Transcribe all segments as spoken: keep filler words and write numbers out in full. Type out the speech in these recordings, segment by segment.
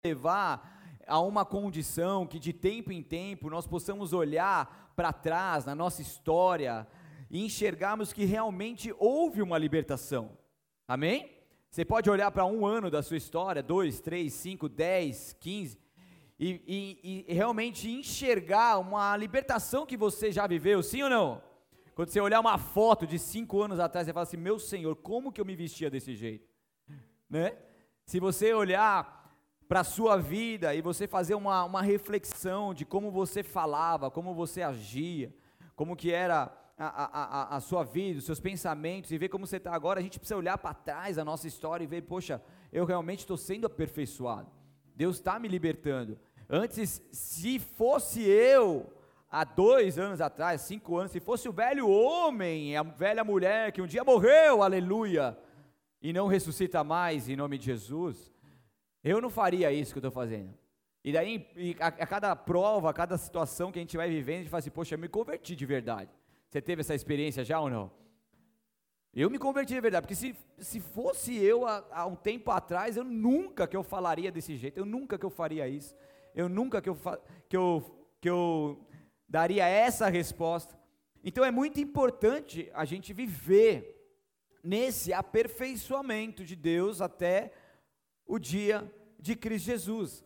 levar a uma condição que de tempo em tempo nós possamos olhar para trás na nossa história e enxergarmos que realmente houve uma libertação, amém? Você pode olhar para um ano da sua história, dois, três, cinco, dez, quinze, e, e, e realmente enxergar uma libertação que você já viveu, sim ou não? Quando você olhar uma foto de cinco anos atrás, você fala assim, meu Senhor, como que eu me vestia desse jeito? Né? Se você olhar para a sua vida e você fazer uma, uma reflexão de como você falava, como você agia, como que era a, a, a, a sua vida, os seus pensamentos, e ver como você está agora, a gente precisa olhar para trás a nossa história e ver, poxa, eu realmente estou sendo aperfeiçoado, Deus está me libertando. Antes, se fosse eu, há dois anos atrás, cinco anos, se fosse o velho homem, a velha mulher que um dia morreu, aleluia, e não ressuscita mais em nome de Jesus, eu não faria isso que eu estou fazendo. E daí, a, a cada prova, a cada situação que a gente vai vivendo, a gente fala assim, poxa, eu me converti de verdade. Você teve essa experiência já ou não? Eu me converti de verdade, porque se, se fosse eu há, há um tempo atrás, eu nunca que eu falaria desse jeito, eu nunca que eu faria isso, eu nunca que eu, que eu, que eu daria essa resposta. Então é muito importante a gente viver nesse aperfeiçoamento de Deus até o dia de Cristo Jesus.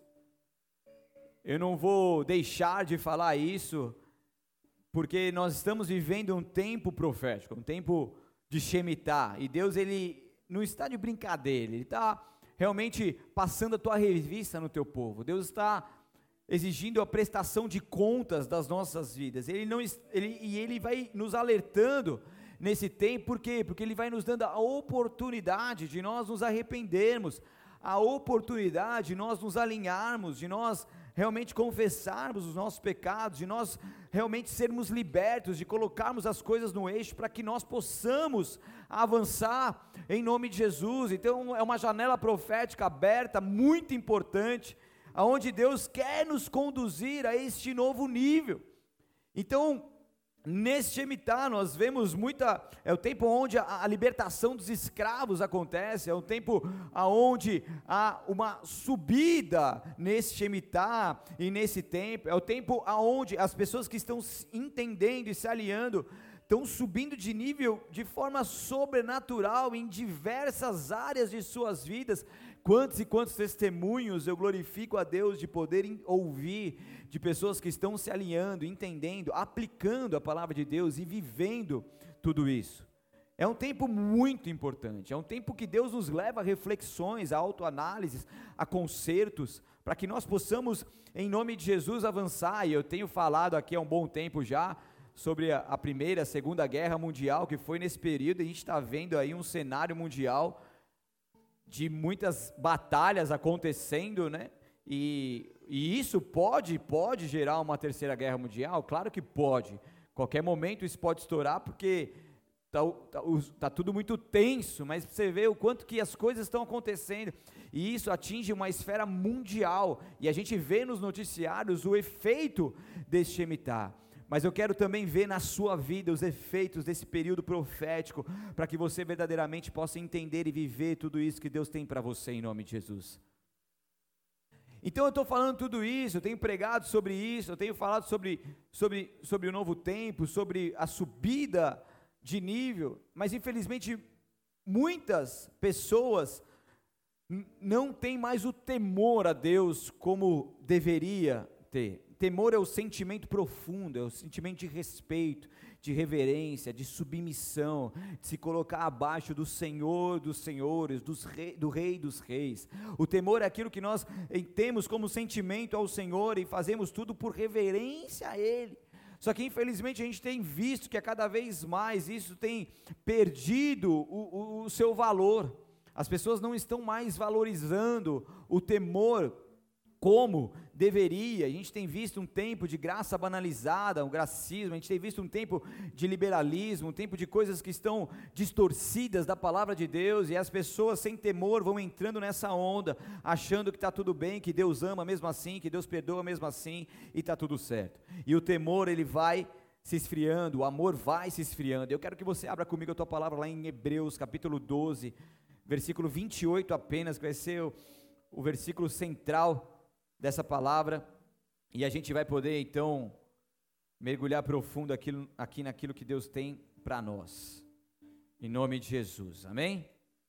Eu não vou deixar de falar isso, porque nós estamos vivendo um tempo profético, um tempo de Shemitah, e Deus, ele não está de brincadeira, ele está realmente passando a tua revista no teu povo. Deus está exigindo a prestação de contas das nossas vidas, ele não, ele, e ele vai nos alertando nesse tempo. Por quê? Porque ele vai nos dando a oportunidade de nós nos arrependermos, a oportunidade de nós nos alinharmos, de nós realmente confessarmos os nossos pecados, de nós realmente sermos libertos, de colocarmos as coisas no eixo, para que nós possamos avançar em nome de Jesus. Então é uma janela profética aberta, muito importante, aonde Deus quer nos conduzir a este novo nível. Então, nesse Shemitah nós vemos muita, é o tempo onde a, a libertação dos escravos acontece, é o tempo onde há uma subida nesse Shemitah e nesse tempo, é o tempo onde as pessoas que estão entendendo e se alinhando, estão subindo de nível de forma sobrenatural em diversas áreas de suas vidas. Quantos e quantos testemunhos eu glorifico a Deus de poder ouvir, de pessoas que estão se alinhando, entendendo, aplicando a palavra de Deus e vivendo tudo isso. É um tempo muito importante, é um tempo que Deus nos leva a reflexões, a autoanálises, a concertos, para que nós possamos, em nome de Jesus, avançar. E eu tenho falado aqui há um bom tempo já, sobre a, a primeira, a segunda guerra mundial, que foi nesse período, e a gente está vendo aí um cenário mundial, de muitas batalhas acontecendo, né, e, e isso pode, pode gerar uma terceira guerra mundial, claro que pode, qualquer momento isso pode estourar, porque está tá, tá tudo muito tenso, mas você vê o quanto que as coisas estão acontecendo, e isso atinge uma esfera mundial, e a gente vê nos noticiários o efeito desse Shemitah. Mas eu quero também ver na sua vida os efeitos desse período profético, para que você verdadeiramente possa entender e viver tudo isso que Deus tem para você, em nome de Jesus. Então eu estou falando tudo isso, eu tenho pregado sobre isso, eu tenho falado sobre, sobre, sobre o novo tempo, sobre a subida de nível, mas infelizmente muitas pessoas não têm mais o temor a Deus como deveria ter. Temor é o sentimento profundo, é o sentimento de respeito, de reverência, de submissão, de se colocar abaixo do Senhor dos senhores, dos rei, do Rei dos reis. O temor é aquilo que nós temos como sentimento ao Senhor e fazemos tudo por reverência a Ele. Só que infelizmente a gente tem visto que a cada vez mais isso tem perdido o, o, o seu valor. As pessoas não estão mais valorizando o temor como deveria. A gente tem visto um tempo de graça banalizada, um gracismo, a gente tem visto um tempo de liberalismo, um tempo de coisas que estão distorcidas da palavra de Deus, e as pessoas sem temor vão entrando nessa onda, achando que está tudo bem, que Deus ama mesmo assim, que Deus perdoa mesmo assim, e está tudo certo. E o temor, ele vai se esfriando, o amor vai se esfriando. Eu quero que você abra comigo a tua palavra lá em Hebreus capítulo doze, versículo vinte e oito apenas, que vai ser o o versículo central dessa palavra, e a gente vai poder então mergulhar profundo aquilo, aqui naquilo que Deus tem para nós, em nome de Jesus, amém?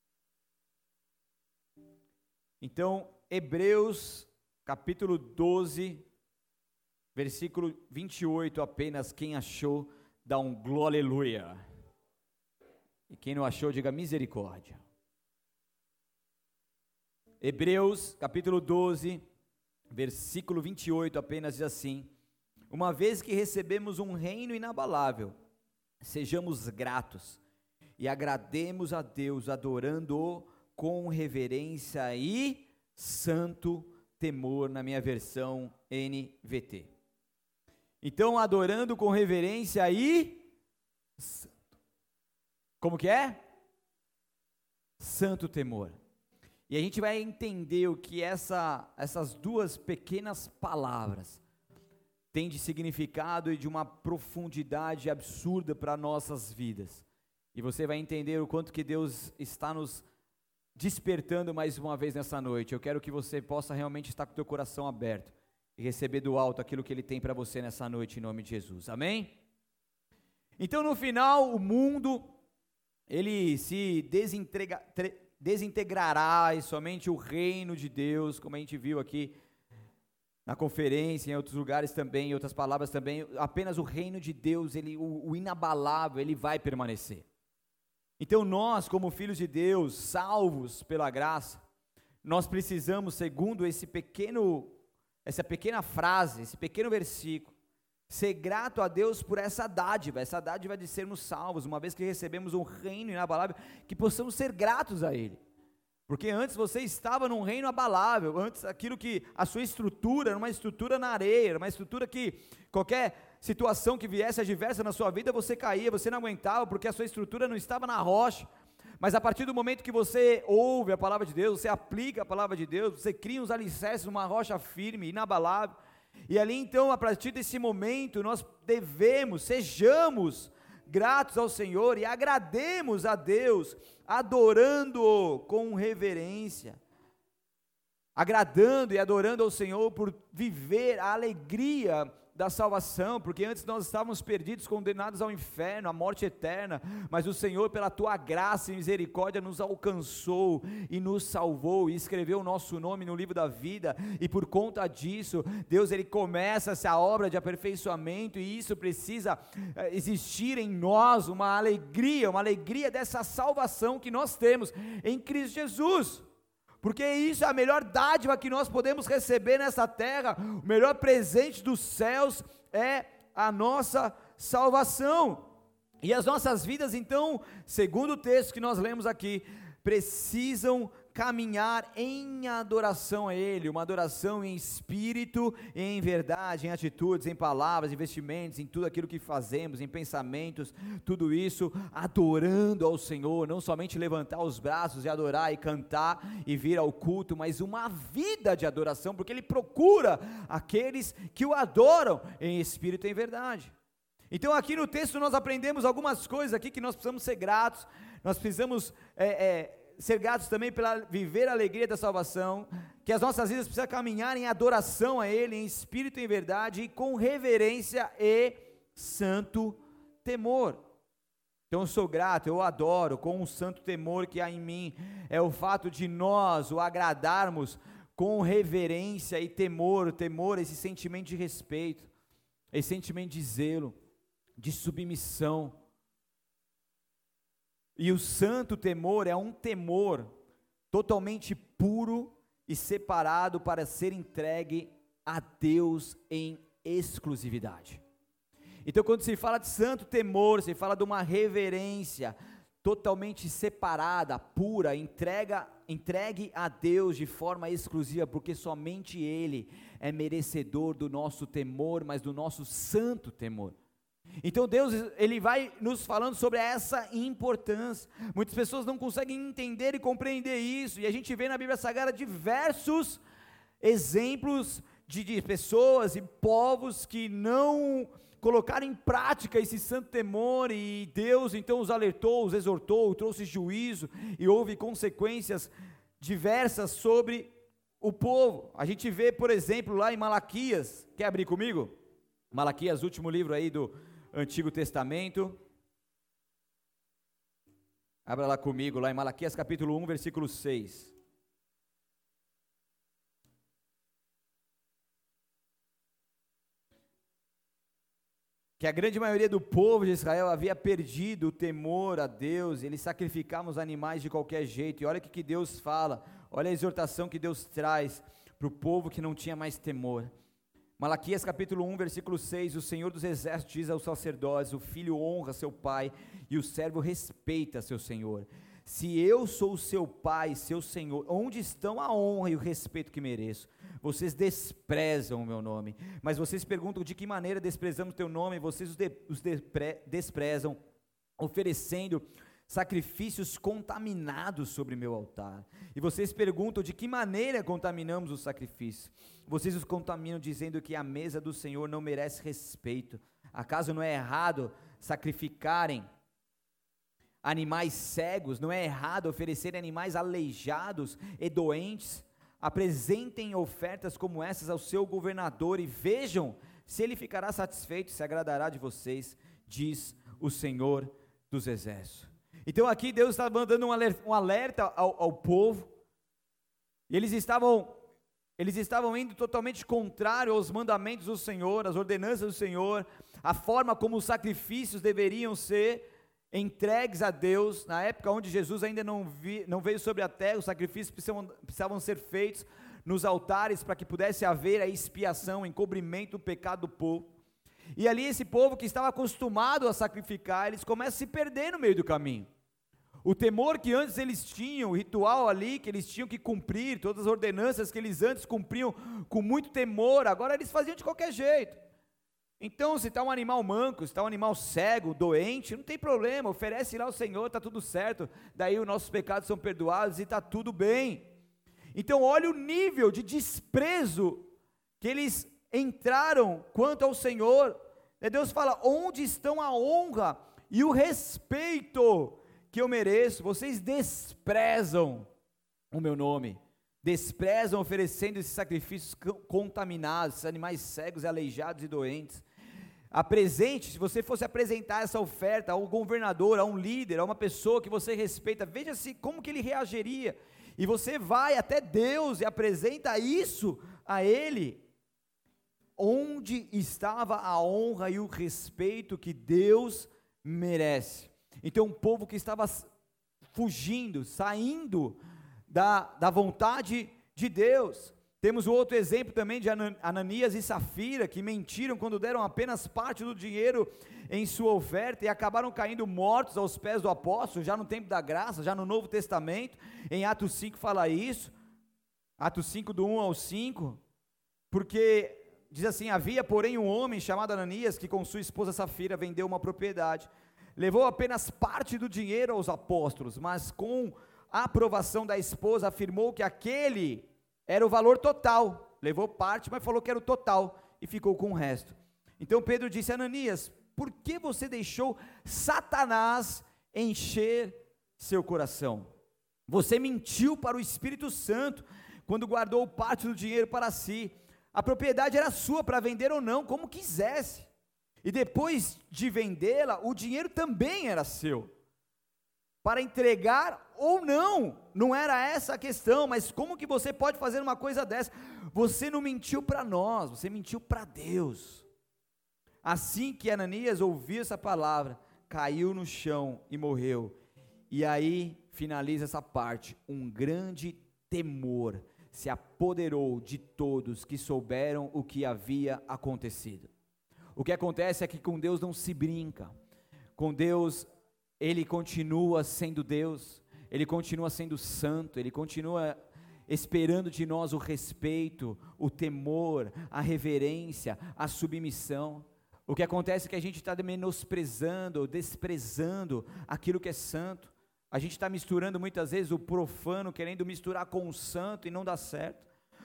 Então, Hebreus capítulo doze, versículo vinte e oito, apenas quem achou, dá um glória aleluia, e quem não achou, diga misericórdia. Hebreus capítulo doze, versículo vinte e oito, apenas diz assim: uma vez que recebemos um reino inabalável, sejamos gratos e agrademos a Deus, adorando-o com reverência e santo temor, na minha versão N V T. Então, adorando com reverência e santo. Como que é? Santo temor. E a gente vai entender o que essa, essas duas pequenas palavras têm de significado e de uma profundidade absurda para nossas vidas. E você vai entender o quanto que Deus está nos despertando mais uma vez nessa noite. Eu quero que você possa realmente estar com o teu coração aberto e receber do alto aquilo que Ele tem para você nessa noite, em nome de Jesus, amém? Então, no final, o mundo, ele se desintegra, desintegrará e somente o reino de Deus, como a gente viu aqui na conferência, em outros lugares também, em outras palavras também, apenas o reino de Deus, ele, o, o inabalável, ele vai permanecer. Então nós, como filhos de Deus, salvos pela graça, nós precisamos, segundo esse pequeno, essa pequena frase, esse pequeno versículo, ser grato a Deus por essa dádiva, essa dádiva de sermos salvos, uma vez que recebemos um reino inabalável, que possamos ser gratos a Ele. Porque antes você estava num reino abalável, antes aquilo que a sua estrutura era uma estrutura na areia, era uma estrutura que qualquer situação que viesse adversa na sua vida, você caía, você não aguentava, porque a sua estrutura não estava na rocha. Mas a partir do momento que você ouve a palavra de Deus, você aplica a palavra de Deus, você cria uns alicerces, uma rocha firme, inabalável, e ali então, a partir desse momento, nós devemos, sejamos gratos ao Senhor e agrademos a Deus, adorando-o com reverência, agradando e adorando ao Senhor por viver a alegria da salvação, porque antes nós estávamos perdidos, condenados ao inferno, à morte eterna, mas o Senhor, pela tua graça e misericórdia, nos alcançou e nos salvou, e escreveu o nosso nome no livro da vida, e por conta disso, Deus, Ele começa essa obra de aperfeiçoamento, e isso precisa existir em nós, uma alegria, uma alegria dessa salvação que nós temos em Cristo Jesus, porque isso é a melhor dádiva que nós podemos receber nessa terra, o melhor presente dos céus é a nossa salvação, e as nossas vidas então, segundo o texto que nós lemos aqui, precisam caminhar em adoração a Ele, uma adoração em espírito, em verdade, em atitudes, em palavras, em vestimentos, em tudo aquilo que fazemos, em pensamentos, tudo isso adorando ao Senhor, não somente levantar os braços e adorar e cantar e vir ao culto, mas uma vida de adoração, porque Ele procura aqueles que o adoram em espírito e em verdade. Então aqui no texto nós aprendemos algumas coisas aqui que nós precisamos ser gratos, nós precisamos é, é, ser gratos também pela viver a alegria da salvação, que as nossas vidas precisam caminhar em adoração a Ele, em espírito e em verdade, e com reverência e santo temor. Então eu sou grato, eu adoro com um santo temor que há em mim, é o fato de nós o agradarmos com reverência e temor, temor, esse sentimento de respeito, esse sentimento de zelo, de submissão. E o santo temor é um temor totalmente puro e separado para ser entregue a Deus em exclusividade. Então quando se fala de santo temor, se fala de uma reverência totalmente separada, pura, entrega, entregue a Deus de forma exclusiva, porque somente Ele é merecedor do nosso temor, mas do nosso santo temor. Então Deus, Ele vai nos falando sobre essa importância. Muitas pessoas não conseguem entender e compreender isso, e a gente vê na Bíblia Sagrada diversos exemplos de, de pessoas e povos que não colocaram em prática esse santo temor, e Deus então os alertou, os exortou, trouxe juízo, e houve consequências diversas sobre o povo. A gente vê, por exemplo, lá em Malaquias, quer abrir comigo? Malaquias, último livro aí do Antigo Testamento. Abra lá comigo, lá em Malaquias capítulo um, versículo seis. Que a grande maioria do povo de Israel havia perdido o temor a Deus, eles sacrificavam os animais de qualquer jeito, e olha o que, que Deus fala, olha a exortação que Deus traz para o povo que não tinha mais temor. Malaquias capítulo um, versículo seis, o Senhor dos Exércitos diz aos sacerdotes, o filho honra seu pai, e o servo respeita seu senhor. Se eu sou o seu pai, seu senhor, onde estão a honra e o respeito que mereço? Vocês desprezam o meu nome, mas vocês perguntam de que maneira desprezamos teu nome, vocês os, de, os depre, desprezam, oferecendo sacrifícios contaminados sobre meu altar, e vocês perguntam de que maneira contaminamos os sacrifícios, vocês os contaminam dizendo que a mesa do Senhor não merece respeito. Acaso não é errado sacrificarem animais cegos, não é errado oferecerem animais aleijados e doentes? Apresentem ofertas como essas ao seu governador e vejam se ele ficará satisfeito, se agradará de vocês, diz o Senhor dos Exércitos. Então aqui Deus está mandando um alerta, um alerta ao, ao povo, e eles estavam, eles estavam indo totalmente contrário aos mandamentos do Senhor, às ordenanças do Senhor, a forma como os sacrifícios deveriam ser entregues a Deus, na época onde Jesus ainda não, vi, não veio sobre a terra, os sacrifícios precisavam, precisavam ser feitos nos altares, para que pudesse haver a expiação, o encobrimento do pecado do povo, e ali esse povo que estava acostumado a sacrificar, eles começam a se perder no meio do caminho. O temor que antes eles tinham, o ritual ali que eles tinham que cumprir, todas as ordenanças que eles antes cumpriam com muito temor, agora eles faziam de qualquer jeito. Então, se está um animal manco, se está um animal cego, doente, não tem problema, oferece lá ao Senhor, está tudo certo, daí os nossos pecados são perdoados e está tudo bem. Então, olha o nível de desprezo que eles entraram quanto ao Senhor. Deus fala, onde estão a honra e o respeito que eu mereço? Vocês desprezam o meu nome, desprezam oferecendo esses sacrifícios contaminados, esses animais cegos, aleijados e doentes. Apresente, se você fosse apresentar essa oferta a um governador, a um líder, a uma pessoa que você respeita, veja se como que ele reagiria, e você vai até Deus e apresenta isso a ele. Onde estava a honra e o respeito que Deus merece? Então, um povo que estava fugindo, saindo da, da vontade de Deus. Temos o outro exemplo também de Ananias e Safira, que mentiram quando deram apenas parte do dinheiro em sua oferta e acabaram caindo mortos aos pés do apóstolo, já no tempo da graça, já no Novo Testamento. Em Atos cinco fala isso, Atos cinco do um ao cinco, porque diz assim, havia porém um homem chamado Ananias, que com sua esposa Safira vendeu uma propriedade, levou apenas parte do dinheiro aos apóstolos, mas com a aprovação da esposa afirmou que aquele era o valor total, levou parte, mas falou que era o total, e ficou com o resto. Então Pedro disse, Ananias, por que você deixou Satanás encher seu coração? Você mentiu para o Espírito Santo, quando guardou parte do dinheiro para si. A propriedade era sua para vender ou não, como quisesse, e depois de vendê-la, o dinheiro também era seu, para entregar ou não, não era essa a questão, mas como que você pode fazer uma coisa dessa? Você não mentiu para nós, você mentiu para Deus. Assim que Ananias ouviu essa palavra, caiu no chão e morreu. E aí finaliza essa parte, um grande temor se apoderou de todos que souberam o que havia acontecido. O que acontece é que com Deus não se brinca, com Deus Ele continua sendo Deus, Ele continua sendo santo, Ele continua esperando de nós o respeito, o temor, a reverência, a submissão. O que acontece é que a gente está menosprezando, desprezando aquilo que é santo. A gente está misturando muitas vezes o profano, querendo misturar com o santo e não dá certo.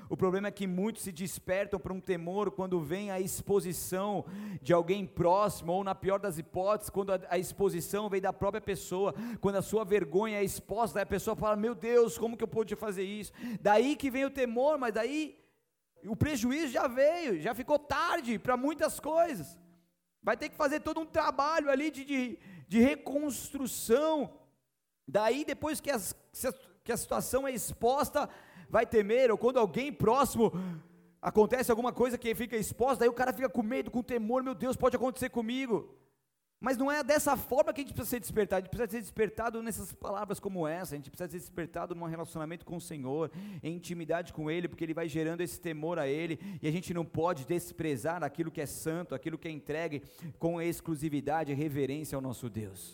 O problema é que muitos se despertam para um temor quando vem a exposição de alguém próximo, ou na pior das hipóteses, quando a, a exposição vem da própria pessoa, quando a sua vergonha é exposta, aí a pessoa fala, meu Deus, como que eu pude fazer isso? Daí que vem o temor, mas daí o prejuízo já veio, já ficou tarde para muitas coisas. Vai ter que fazer todo um trabalho ali de, de, de reconstrução. Daí depois que, as, que a situação é exposta, vai temer, ou quando alguém próximo, acontece alguma coisa que fica exposta, daí o cara fica com medo, com temor, meu Deus, pode acontecer comigo. Mas não é dessa forma que a gente precisa ser despertado, a gente precisa ser despertado nessas palavras como essa, a gente precisa ser despertado num relacionamento com o Senhor, em intimidade com Ele, porque Ele vai gerando esse temor a Ele, e a gente não pode desprezar aquilo que é santo, aquilo que é entregue com exclusividade e reverência ao nosso Deus.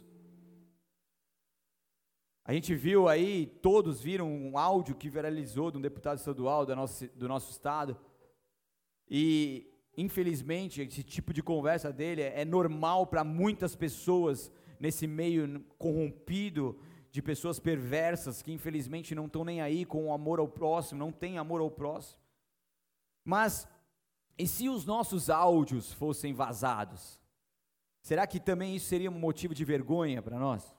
A gente viu aí, todos viram um áudio que viralizou de um deputado estadual do nosso, do nosso estado, e infelizmente esse tipo de conversa dele é, é normal para muitas pessoas nesse meio corrompido de pessoas perversas que infelizmente não estão nem aí com o amor ao próximo, não tem amor ao próximo. Mas e se os nossos áudios fossem vazados? Será que também isso seria um motivo de vergonha para nós?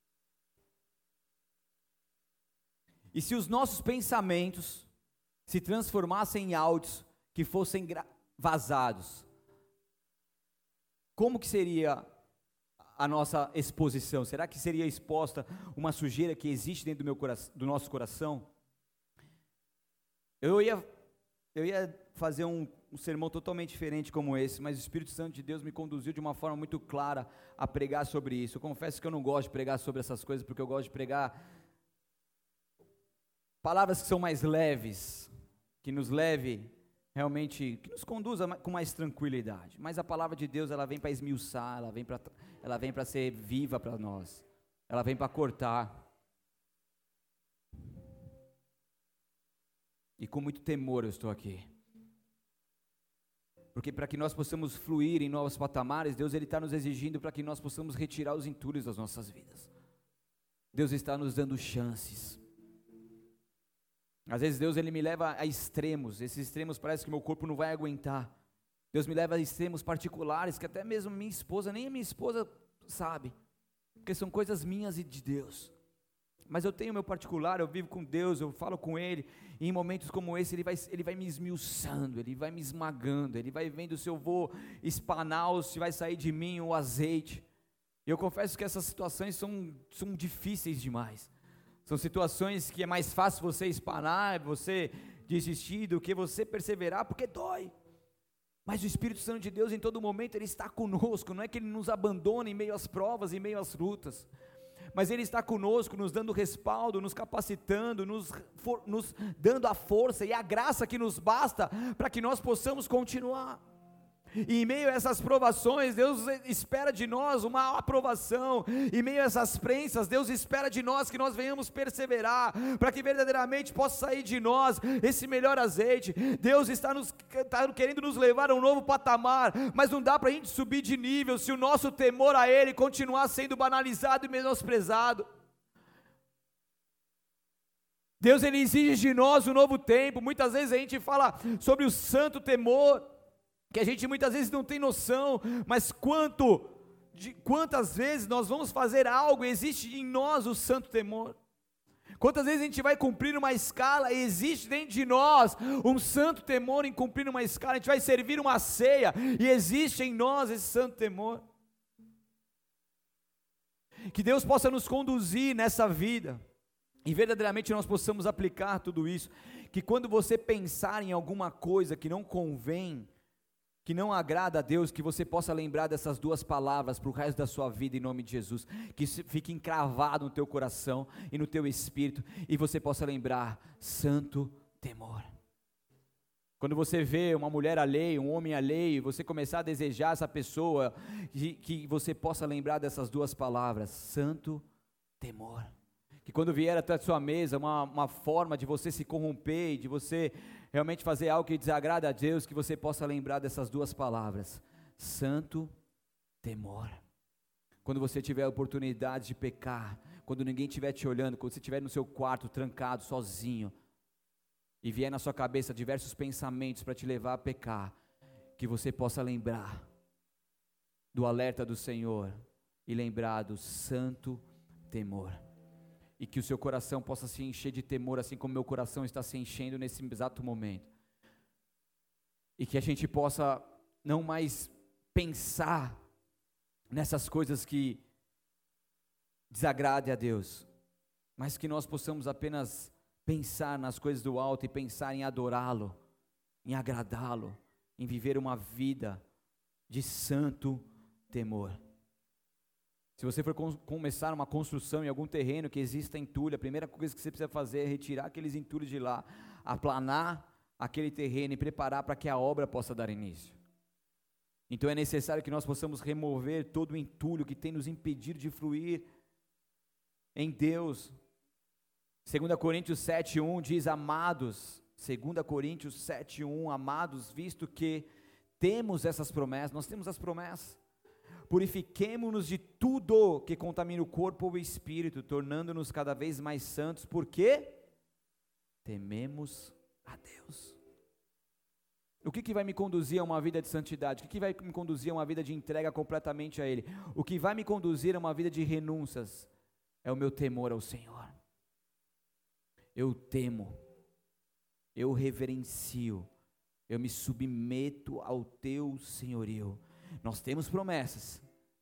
E se os nossos pensamentos se transformassem em áudios que fossem gra- vazados, como que seria a nossa exposição? Será que seria exposta uma sujeira que existe dentro do, meu coração, do nosso coração? Eu ia, eu ia fazer um, um sermão totalmente diferente como esse, mas o Espírito Santo de Deus me conduziu de uma forma muito clara a pregar sobre isso. Eu confesso que eu não gosto de pregar sobre essas coisas, porque eu gosto de pregar palavras que são mais leves, que nos leve realmente, que nos conduza com mais tranquilidade. Mas a palavra de Deus, ela vem para esmiuçar, ela vem para ela vem para ser viva para nós. Ela vem para cortar. E com muito temor eu estou aqui. Porque para que nós possamos fluir em novos patamares, Deus ele está nos exigindo para que nós possamos retirar os entulhos das nossas vidas. Deus está nos dando chances. Às vezes Deus ele me leva a extremos, esses extremos parece que meu corpo não vai aguentar. Deus me leva a extremos particulares que até mesmo minha esposa, nem a minha esposa sabe, porque são coisas minhas e de Deus. Mas eu tenho meu particular, eu vivo com Deus, eu falo com Ele, e em momentos como esse Ele vai, ele vai me esmiuçando, Ele vai me esmagando, Ele vai vendo se eu vou espanar ou se vai sair de mim o azeite. E eu confesso que essas situações são, são difíceis demais. São situações que é mais fácil você espanar, você desistir do que você perseverar, porque dói. Mas o Espírito Santo de Deus em todo momento, Ele está conosco, não é que Ele nos abandona em meio às provas, em meio às lutas, mas Ele está conosco, nos dando respaldo, nos capacitando, nos, for, nos dando a força e a graça que nos basta, para que nós possamos continuar. E em meio a essas provações, Deus espera de nós uma aprovação. Em meio a essas prensas, Deus espera de nós que nós venhamos perseverar, para que verdadeiramente possa sair de nós esse melhor azeite. Deus está, nos, está querendo nos levar a um novo patamar, mas não dá para a gente subir de nível se o nosso temor a Ele continuar sendo banalizado e menosprezado. Deus ele exige de nós um novo tempo. Muitas vezes a gente fala sobre o santo temor, que a gente muitas vezes não tem noção, mas quanto, de, quantas vezes nós vamos fazer algo e existe em nós o santo temor, quantas vezes a gente vai cumprir uma escala e existe dentro de nós um santo temor em cumprir uma escala, a gente vai servir uma ceia e existe em nós esse santo temor. Que Deus possa nos conduzir nessa vida, e verdadeiramente nós possamos aplicar tudo isso, que quando você pensar em alguma coisa que não convém, que não agrada a Deus, que você possa lembrar dessas duas palavras para o resto da sua vida, em nome de Jesus, que isso fique encravado no teu coração e no teu espírito, e você possa lembrar, santo temor. Quando você vê uma mulher alheia, um homem alheio, você começar a desejar essa pessoa, que, que você possa lembrar dessas duas palavras, santo temor. Que quando vier até a sua mesa, uma, uma forma de você se corromper, de você realmente fazer algo que desagrada a Deus, que você possa lembrar dessas duas palavras, santo temor. Quando você tiver a oportunidade de pecar, quando ninguém estiver te olhando, quando você estiver no seu quarto trancado, sozinho, e vier na sua cabeça diversos pensamentos para te levar a pecar, que você possa lembrar do alerta do Senhor e lembrar do santo temor, e que o seu coração possa se encher de temor, assim como meu coração está se enchendo nesse exato momento, e que a gente possa não mais pensar nessas coisas que desagradem a Deus, mas que nós possamos apenas pensar nas coisas do alto e pensar em adorá-lo, em agradá-lo, em viver uma vida de santo temor. Se você for com, começar uma construção em algum terreno que exista entulho, a primeira coisa que você precisa fazer é retirar aqueles entulhos de lá, aplanar aquele terreno e preparar para que a obra possa dar início. Então é necessário que nós possamos remover todo o entulho que tem nos impedido de fluir em Deus. Segunda Coríntios sete, um diz: amados, Segunda Coríntios sete, um, amados, visto que temos essas promessas, nós temos as promessas, purifiquemo-nos de tudo que contamina o corpo ou o espírito, tornando-nos cada vez mais santos, porque tememos a Deus. O que, que vai me conduzir a uma vida de santidade? O que, que vai me conduzir a uma vida de entrega completamente a Ele? O que vai me conduzir a uma vida de renúncias é o meu temor ao Senhor. Eu temo, eu reverencio, eu me submeto ao teu senhorio. Nós temos promessas,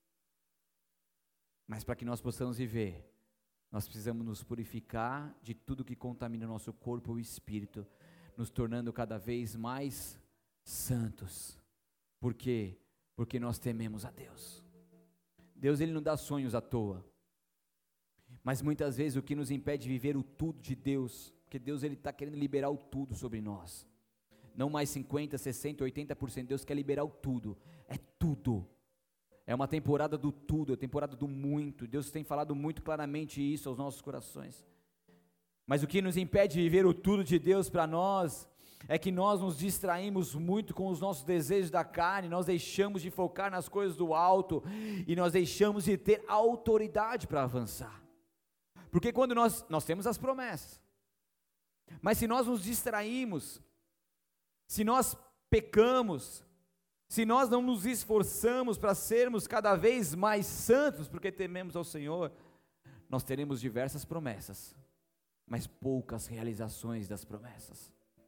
mas para que nós possamos viver, nós precisamos nos purificar de tudo que contamina o nosso corpo ou espírito, nos tornando cada vez mais santos. Por quê? Porque nós tememos a Deus. Deus, Ele não dá sonhos à toa, mas muitas vezes o que nos impede de viver o tudo de Deus, porque Deus Ele está querendo liberar o tudo sobre nós, não mais cinquenta, sessenta, oitenta por cento, Deus quer liberar o tudo, é tudo, é uma temporada do tudo, é a temporada do muito. Deus tem falado muito claramente isso aos nossos corações, mas o que nos impede de viver o tudo de Deus para nós, é que nós nos distraímos muito com os nossos desejos da carne, nós deixamos de focar nas coisas do alto, e nós deixamos de ter autoridade para avançar, porque quando nós, nós temos as promessas, mas se nós nos distraímos, se nós pecamos, se nós não nos esforçamos para sermos cada vez mais santos, porque tememos ao Senhor, nós teremos diversas promessas, mas poucas realizações das promessas.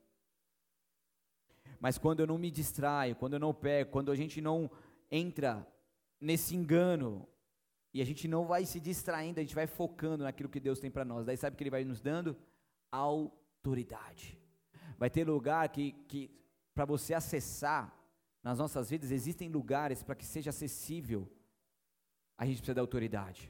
Mas quando eu não me distraio, quando eu não peco, quando a gente não entra nesse engano, e a gente não vai se distraindo, a gente vai focando naquilo que Deus tem para nós, daí sabe o que Ele vai nos dando? Autoridade. Vai ter lugar que, que para você acessar, nas nossas vidas existem lugares para que seja acessível, a gente precisa da autoridade.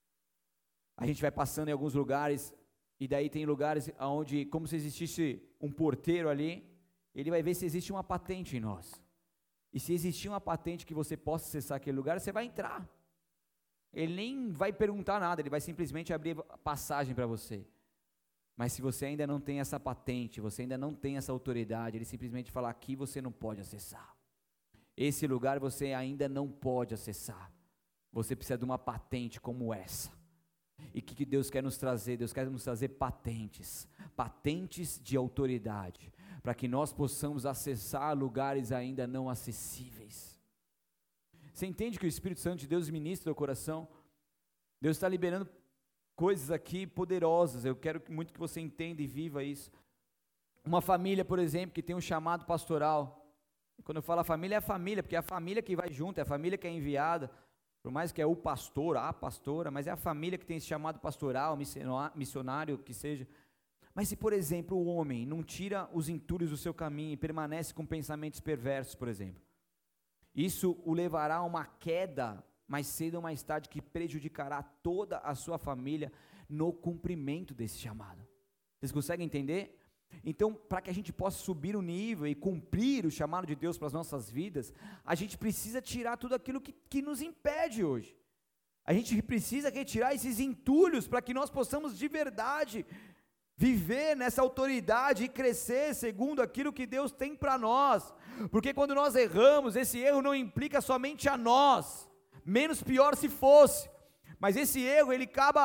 A gente vai passando em alguns lugares, e daí tem lugares onde, como se existisse um porteiro ali, ele vai ver se existe uma patente em nós, e se existir uma patente que você possa acessar aquele lugar, você vai entrar. Ele nem vai perguntar nada, ele vai simplesmente abrir a passagem para você. Mas se você ainda não tem essa patente, você ainda não tem essa autoridade, ele simplesmente fala: aqui você não pode acessar, esse lugar você ainda não pode acessar, você precisa de uma patente como essa. E o que, que Deus quer nos trazer? Deus quer nos trazer patentes, patentes de autoridade, para que nós possamos acessar lugares ainda não acessíveis. Você entende que o Espírito Santo de Deus ministra o coração? Deus está liberando coisas aqui poderosas. Eu quero muito que você entenda e viva isso. Uma família, por exemplo, que tem um chamado pastoral. Quando eu falo a família, é a família, porque é a família que vai junto, é a família que é enviada. Por mais que é o pastor, a pastora, mas é a família que tem esse chamado pastoral, missionário, que seja. Mas se, por exemplo, o homem não tira os entulhos do seu caminho e permanece com pensamentos perversos, por exemplo, isso o levará a uma queda mais cedo ou mais tarde, que prejudicará toda a sua família no cumprimento desse chamado. Vocês conseguem entender? Então, para que a gente possa subir o nível e cumprir o chamado de Deus para as nossas vidas, a gente precisa tirar tudo aquilo que, que nos impede hoje. A gente precisa retirar esses entulhos para que nós possamos de verdade viver nessa autoridade e crescer segundo aquilo que Deus tem para nós. Porque quando nós erramos, esse erro não implica somente a nós, menos pior se fosse, mas esse erro ele acaba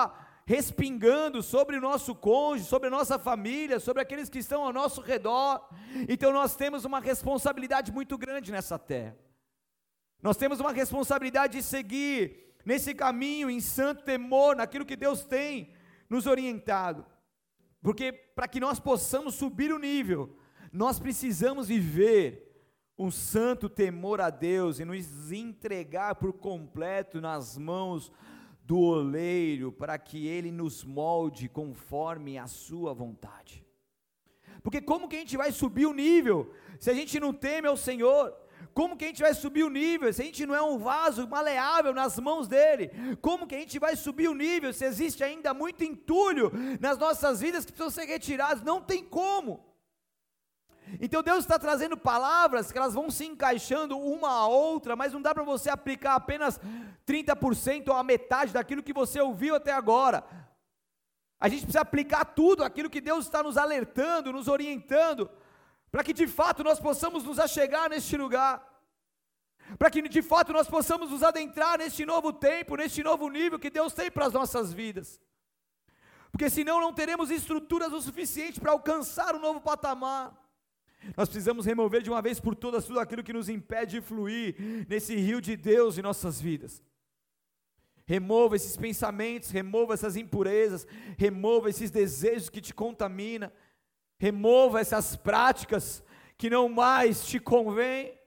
respingando sobre o nosso cônjuge, sobre a nossa família, sobre aqueles que estão ao nosso redor. Então nós temos uma responsabilidade muito grande nessa terra. Nós temos uma responsabilidade de seguir nesse caminho em santo temor, naquilo que Deus tem nos orientado. Porque para que nós possamos subir o nível, nós precisamos viver um santo temor a Deus e nos entregar por completo nas mãos do oleiro, para que ele nos molde conforme a sua vontade. Porque como que a gente vai subir o nível se a gente não teme ao Senhor? Como que a gente vai subir o nível se a gente não é um vaso maleável nas mãos dele? Como que a gente vai subir o nível se existe ainda muito entulho nas nossas vidas que precisam ser retirados? Não tem como. Então Deus está trazendo palavras que elas vão se encaixando uma a outra, mas não dá para você aplicar apenas trinta por cento ou a metade daquilo que você ouviu até agora. A gente precisa aplicar tudo aquilo que Deus está nos alertando, nos orientando, para que de fato nós possamos nos achegar neste lugar, para que de fato nós possamos nos adentrar neste novo tempo, neste novo nível que Deus tem para as nossas vidas, porque senão não teremos estruturas o suficiente para alcançar o novo patamar. Nós precisamos remover de uma vez por todas tudo aquilo que nos impede de fluir nesse rio de Deus em nossas vidas. Remova esses pensamentos, remova essas impurezas, remova esses desejos que te contaminam, remova essas práticas que não mais te convêm,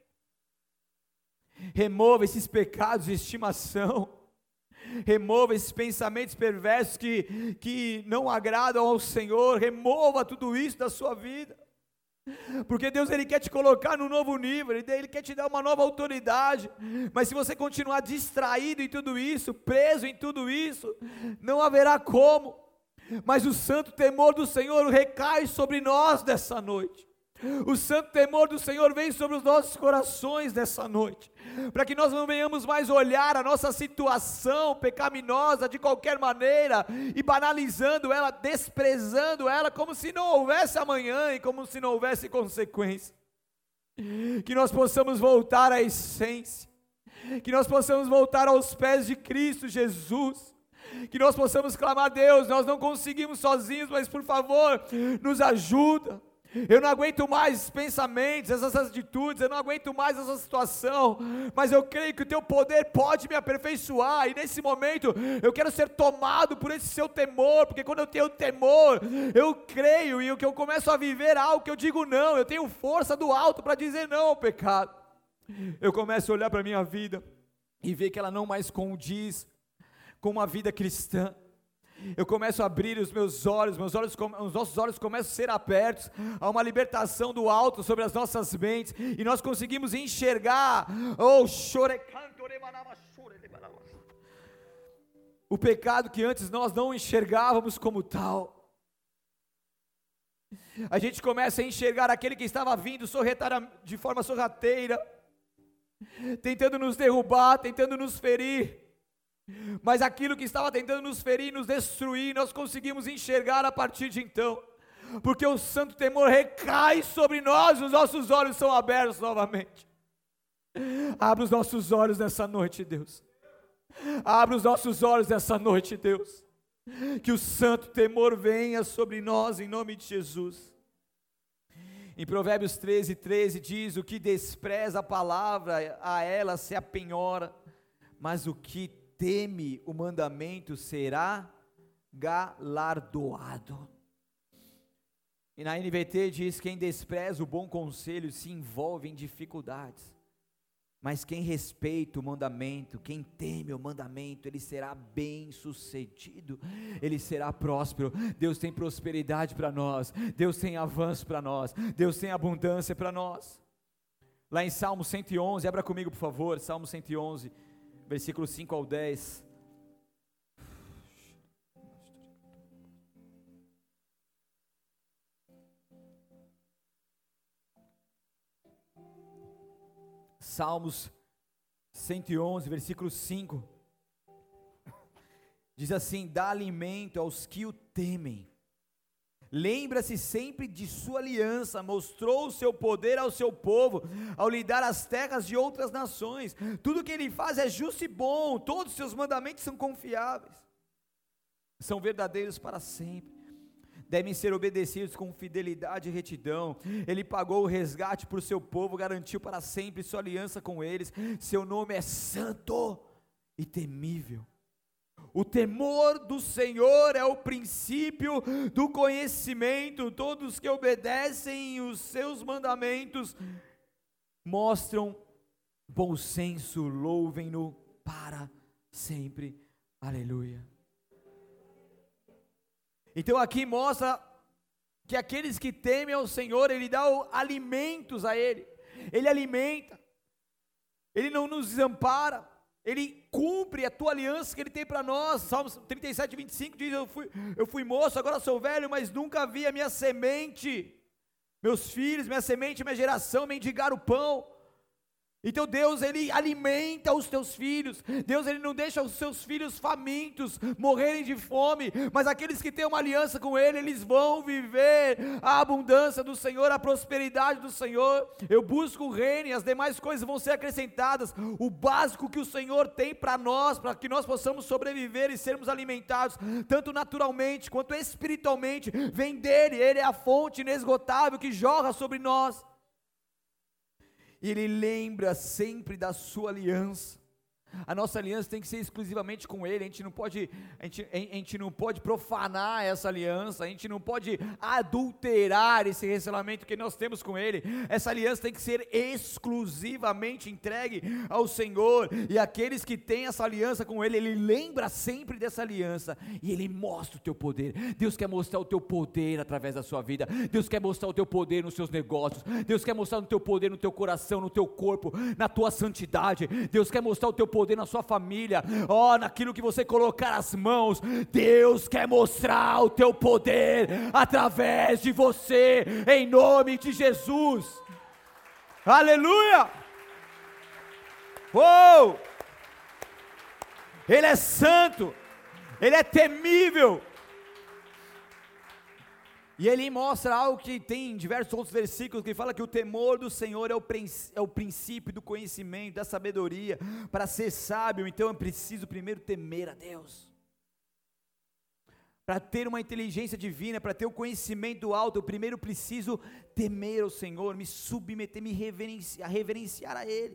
remova esses pecados de estimação, remova esses pensamentos perversos que, que não agradam ao Senhor, remova tudo isso da sua vida. Porque Deus ele quer te colocar num novo nível, ele, ele quer te dar uma nova autoridade, mas se você continuar distraído em tudo isso, preso em tudo isso, não haverá como. Mas o santo temor do Senhor recai sobre nós dessa noite. O santo temor do Senhor vem sobre os nossos corações nessa noite, para que nós não venhamos mais olhar a nossa situação pecaminosa de qualquer maneira, e banalizando ela, desprezando ela, como se não houvesse amanhã, e como se não houvesse consequência. Que nós possamos voltar à essência, que nós possamos voltar aos pés de Cristo Jesus, que nós possamos clamar: Deus, nós não conseguimos sozinhos, mas por favor, nos ajuda. Eu não aguento mais esses pensamentos, essas atitudes, eu não aguento mais essa situação, mas eu creio que o teu poder pode me aperfeiçoar, e nesse momento eu quero ser tomado por esse seu temor, porque quando eu tenho temor, eu creio, e que eu começo a viver algo que eu digo não, eu tenho força do alto para dizer não ao pecado. Eu começo a olhar para a minha vida e ver que ela não mais condiz com uma vida cristã. Eu começo a abrir os meus olhos, meus olhos, os nossos olhos começam a ser abertos a uma libertação do alto sobre as nossas mentes, e nós conseguimos enxergar oh, o pecado que antes nós não enxergávamos como tal. A gente começa a enxergar aquele que estava vindo de forma sorrateira, tentando nos derrubar, tentando nos ferir. Mas aquilo que estava tentando nos ferir, nos destruir, nós conseguimos enxergar a partir de então, porque o santo temor recai sobre nós, os nossos olhos são abertos novamente. Abre os nossos olhos nessa noite, Deus. Abre os nossos olhos nessa noite, Deus. Que o santo temor venha sobre nós, em nome de Jesus. Em Provérbios treze, treze diz: o que despreza a palavra, a ela se apenhora, mas o que teme o mandamento será galardoado. E na N V T diz: quem despreza o bom conselho se envolve em dificuldades, mas quem respeita o mandamento, quem teme o mandamento, ele será bem sucedido, ele será próspero. Deus tem prosperidade para nós, Deus tem avanço para nós, Deus tem abundância para nós. Lá em Salmo cento e onze, abra comigo por favor, Salmo cento e onze, versículos cinco ao dez. Salmos cento e onze, versículo cinco. Diz assim: dá alimento aos que o temem. Lembra-se sempre de sua aliança, mostrou o seu poder ao seu povo, ao lhe dar as terras de outras nações. Tudo que ele faz é justo e bom, todos os seus mandamentos são confiáveis. são verdadeiros para sempre, devem ser obedecidos com fidelidade e retidão. Ele pagou o resgate para o seu povo, garantiu para sempre sua aliança com eles. Seu nome é santo e temível. O temor do Senhor é o princípio do conhecimento. Todos que obedecem os seus mandamentos mostram bom senso, louvem-no para sempre. Aleluia. Então aqui mostra que aqueles que temem ao Senhor, Ele dá alimentos a Ele, Ele alimenta, Ele não nos desampara, Ele cumpre a tua aliança que Ele tem para nós. Salmos trinta e sete, vinte e cinco diz, eu fui, eu fui moço, agora sou velho, mas nunca vi a minha semente, meus filhos, minha semente, minha geração, mendigar o pão. Então Deus, Ele alimenta os teus filhos, Deus, Ele não deixa os seus filhos famintos, morrerem de fome, mas aqueles que têm uma aliança com Ele, eles vão viver a abundância do Senhor, a prosperidade do Senhor. Eu busco o reino e as demais coisas vão ser acrescentadas. O básico que o Senhor tem para nós, para que nós possamos sobreviver e sermos alimentados, tanto naturalmente quanto espiritualmente, vem dEle. Ele é a fonte inesgotável que jorra sobre nós. E Ele lembra sempre da sua aliança. A nossa aliança tem que ser exclusivamente com Ele. A gente não pode, a gente, a gente não pode profanar essa aliança, a gente não pode adulterar esse relacionamento que nós temos com Ele. Essa aliança tem que ser exclusivamente entregue ao Senhor, e aqueles que têm essa aliança com Ele, Ele lembra sempre dessa aliança, e Ele mostra o teu poder. Deus quer mostrar o teu poder através da sua vida, Deus quer mostrar o teu poder nos seus negócios, Deus quer mostrar o teu poder no teu coração, no teu corpo, na tua santidade. Deus quer mostrar o teu poder na sua família, ó, oh, naquilo que você colocar as mãos. Deus quer mostrar o teu poder através de você, em nome de Jesus. Aleluia! Oh! Ele é santo, Ele é temível. E Ele mostra algo que tem em diversos outros versículos, que fala que o temor do Senhor é o, é o princípio do conhecimento, da sabedoria. Para ser sábio, então é preciso primeiro temer a Deus. Para ter uma inteligência divina, para ter o conhecimento alto, eu primeiro preciso temer ao Senhor, me submeter, me reverenciar, reverenciar a Ele.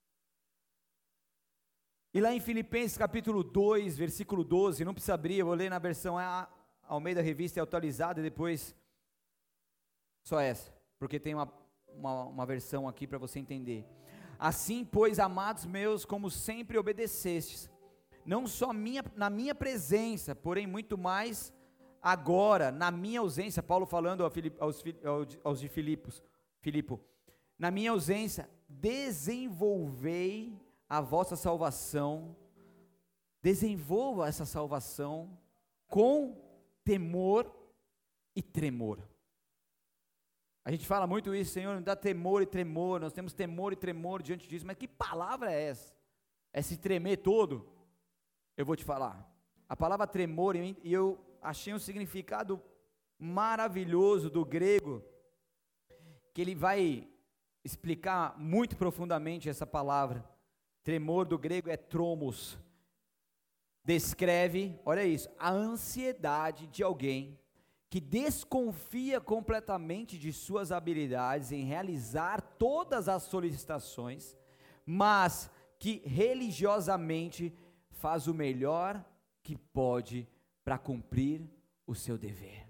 E lá em Filipenses capítulo dois, versículo doze, não precisa abrir, eu vou ler na versão A, Almeida Revista é atualizada, e depois só essa, porque tem uma, uma, uma versão aqui para você entender. Assim, pois, amados meus, como sempre obedecestes, não só minha, na minha presença, porém muito mais agora, na minha ausência. Paulo falando aos, aos, aos de Filipos, Filipo, na minha ausência, desenvolvei a vossa salvação, desenvolva essa salvação com temor e tremor. A gente fala muito isso, Senhor, me dá temor e tremor. Nós temos temor e tremor diante disso, mas que palavra é essa? Esse tremer todo? Eu vou te falar. A palavra tremor, e eu achei um significado maravilhoso do grego, que ele vai explicar muito profundamente essa palavra. Tremor do grego é tromos. Descreve, olha isso, a ansiedade de alguém que desconfia completamente de suas habilidades em realizar todas as solicitações, mas que religiosamente faz o melhor que pode para cumprir o seu dever.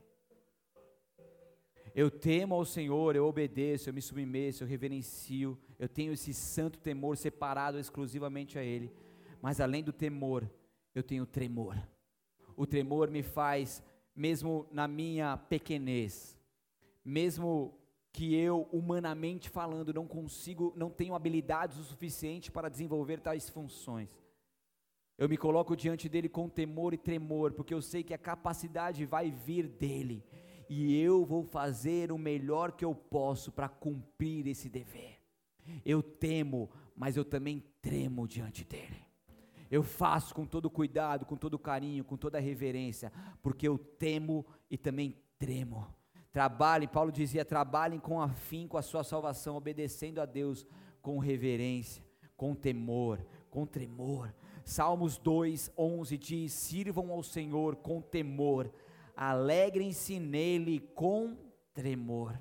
Eu temo ao Senhor, eu obedeço, eu me submeto, eu reverencio, eu tenho esse santo temor separado exclusivamente a Ele, mas além do temor, eu tenho tremor. O tremor me faz, mesmo na minha pequenez, mesmo que eu, humanamente falando, não consigo, não tenho habilidades o suficiente para desenvolver tais funções, eu me coloco diante dEle com temor e tremor, porque eu sei que a capacidade vai vir dEle, e eu vou fazer o melhor que eu posso para cumprir esse dever. Eu temo, mas eu também tremo diante dEle. Eu faço com todo cuidado, com todo carinho, com toda reverência, porque eu temo e também tremo. Trabalhem, Paulo dizia, trabalhem com afinco a sua salvação, obedecendo a Deus com reverência, com temor, com tremor. Salmos dois, onze diz: sirvam ao Senhor com temor, alegrem-se nele com tremor.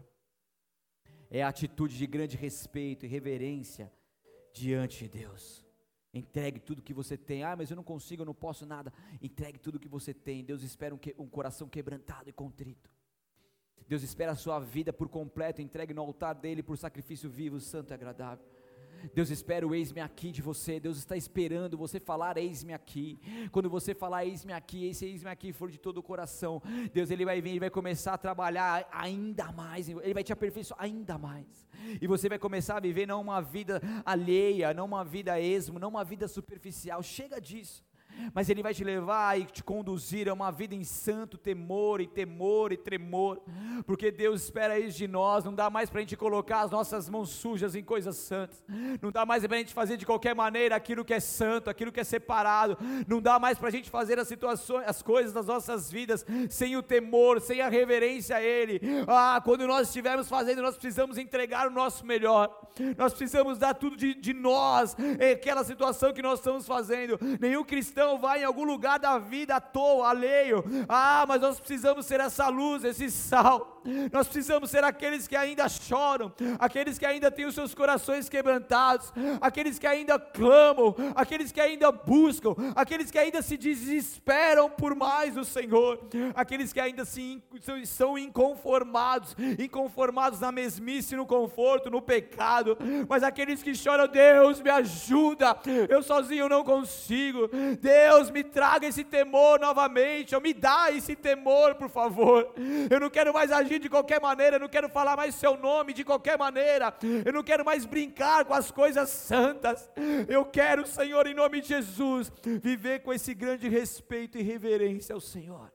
É a atitude de grande respeito e reverência diante de Deus. Entregue tudo que você tem. Ah, mas eu não consigo, eu não posso nada. Entregue tudo que você tem. Deus espera um, que, um coração quebrantado e contrito. Deus espera a sua vida por completo, entregue no altar dele por sacrifício vivo, santo e agradável. Deus espera o eis-me aqui de você. Deus está esperando você falar eis-me aqui. Quando você falar eis-me aqui, esse eis-me aqui for de todo o coração, Deus ele vai vir, ele vai começar a trabalhar ainda mais, ele vai te aperfeiçoar ainda mais, e você vai começar a viver não uma vida alheia, não uma vida a esmo, não uma vida superficial. Chega disso. Mas ele vai te levar e te conduzir a uma vida em santo temor e temor e tremor, porque Deus espera isso de nós. Não dá mais para a gente colocar as nossas mãos sujas em coisas santas, não dá mais para a gente fazer de qualquer maneira aquilo que é santo, aquilo que é separado, não dá mais para a gente fazer as situações, as coisas das nossas vidas sem o temor, sem a reverência a Ele. Ah, quando nós estivermos fazendo, nós precisamos entregar o nosso melhor, nós precisamos dar tudo de, de nós, é aquela situação que nós estamos fazendo. Nenhum cristão vai em algum lugar da vida à toa, alheio. Ah, mas nós precisamos ser essa luz, esse sal. Nós precisamos ser aqueles que ainda choram, aqueles que ainda têm os seus corações quebrantados, aqueles que ainda clamam, aqueles que ainda buscam, aqueles que ainda se desesperam por mais do Senhor, aqueles que ainda se, são inconformados, inconformados na mesmice, no conforto, no pecado, mas aqueles que choram: Deus me ajuda, eu sozinho não consigo, Deus me traga esse temor novamente, ou me dá esse temor, por favor. Eu não quero mais agir de qualquer maneira, eu não quero falar mais seu nome de qualquer maneira, eu não quero mais brincar com as coisas santas. Eu quero, Senhor, em nome de Jesus, viver com esse grande respeito e reverência ao Senhor.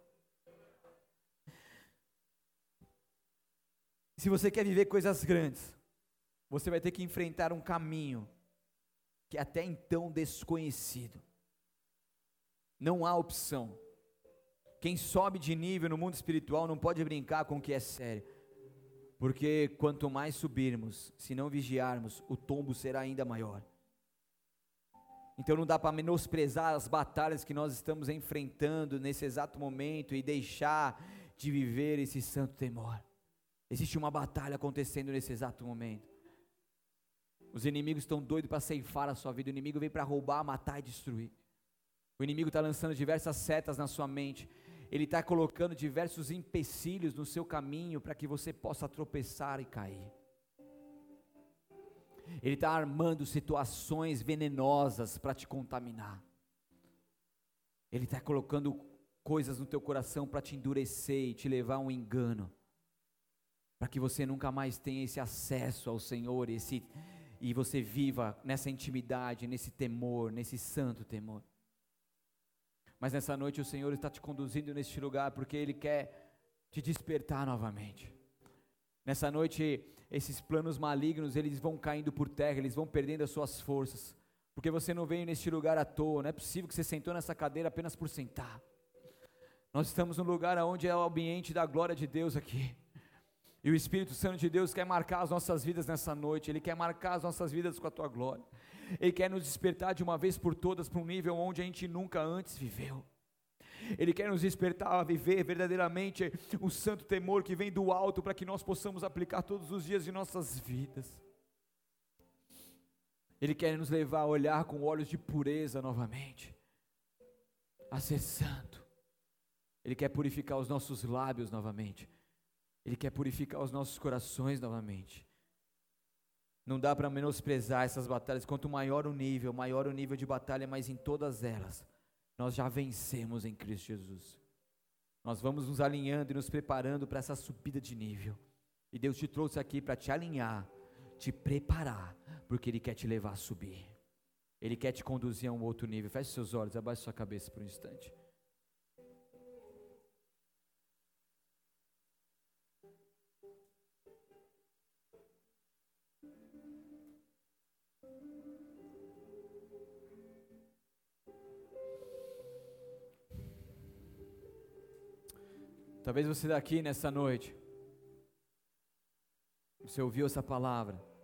Se você quer viver coisas grandes, você vai ter que enfrentar um caminho que é até então desconhecido. Não há opção. Quem sobe de nível no mundo espiritual não pode brincar com o que é sério, porque quanto mais subirmos, se não vigiarmos, o tombo será ainda maior. Então não dá para menosprezar as batalhas que nós estamos enfrentando nesse exato momento e deixar de viver esse santo temor. Existe uma batalha acontecendo nesse exato momento. Os inimigos estão doidos para ceifar a sua vida. O inimigo vem para roubar, matar e destruir. O inimigo está lançando diversas setas na sua mente. Ele está colocando diversos empecilhos no seu caminho para que você possa tropeçar e cair. Ele está armando situações venenosas para te contaminar. Ele está colocando coisas no teu coração para te endurecer e te levar a um engano, para que você nunca mais tenha esse acesso ao Senhor, esse, e você viva nessa intimidade, nesse temor, nesse santo temor. Mas nessa noite o Senhor está te conduzindo neste lugar, porque Ele quer te despertar novamente. Nessa noite, esses planos malignos, eles vão caindo por terra, eles vão perdendo as suas forças, porque você não veio neste lugar à toa. Não é possível que você sentou nessa cadeira apenas por sentar. Nós estamos num lugar onde é o ambiente da glória de Deus aqui, e o Espírito Santo de Deus quer marcar as nossas vidas nessa noite. Ele quer marcar as nossas vidas com a tua glória. Ele quer nos despertar de uma vez por todas para um nível onde a gente nunca antes viveu. Ele quer nos despertar a viver verdadeiramente o santo temor que vem do alto, para que nós possamos aplicar todos os dias de nossas vidas. Ele quer nos levar a olhar com olhos de pureza novamente, a ser santo. Ele quer purificar os nossos lábios novamente. Ele quer purificar os nossos corações novamente. Não dá para menosprezar essas batalhas. Quanto maior o nível, maior o nível de batalha, mas em todas elas, nós já vencemos em Cristo Jesus. Nós vamos nos alinhando e nos preparando para essa subida de nível. E Deus te trouxe aqui para te alinhar, te preparar, porque Ele quer te levar a subir. Ele quer te conduzir a um outro nível. Feche seus olhos, abaixe sua cabeça por um instante. Talvez você daqui nessa noite, você ouviu essa palavra,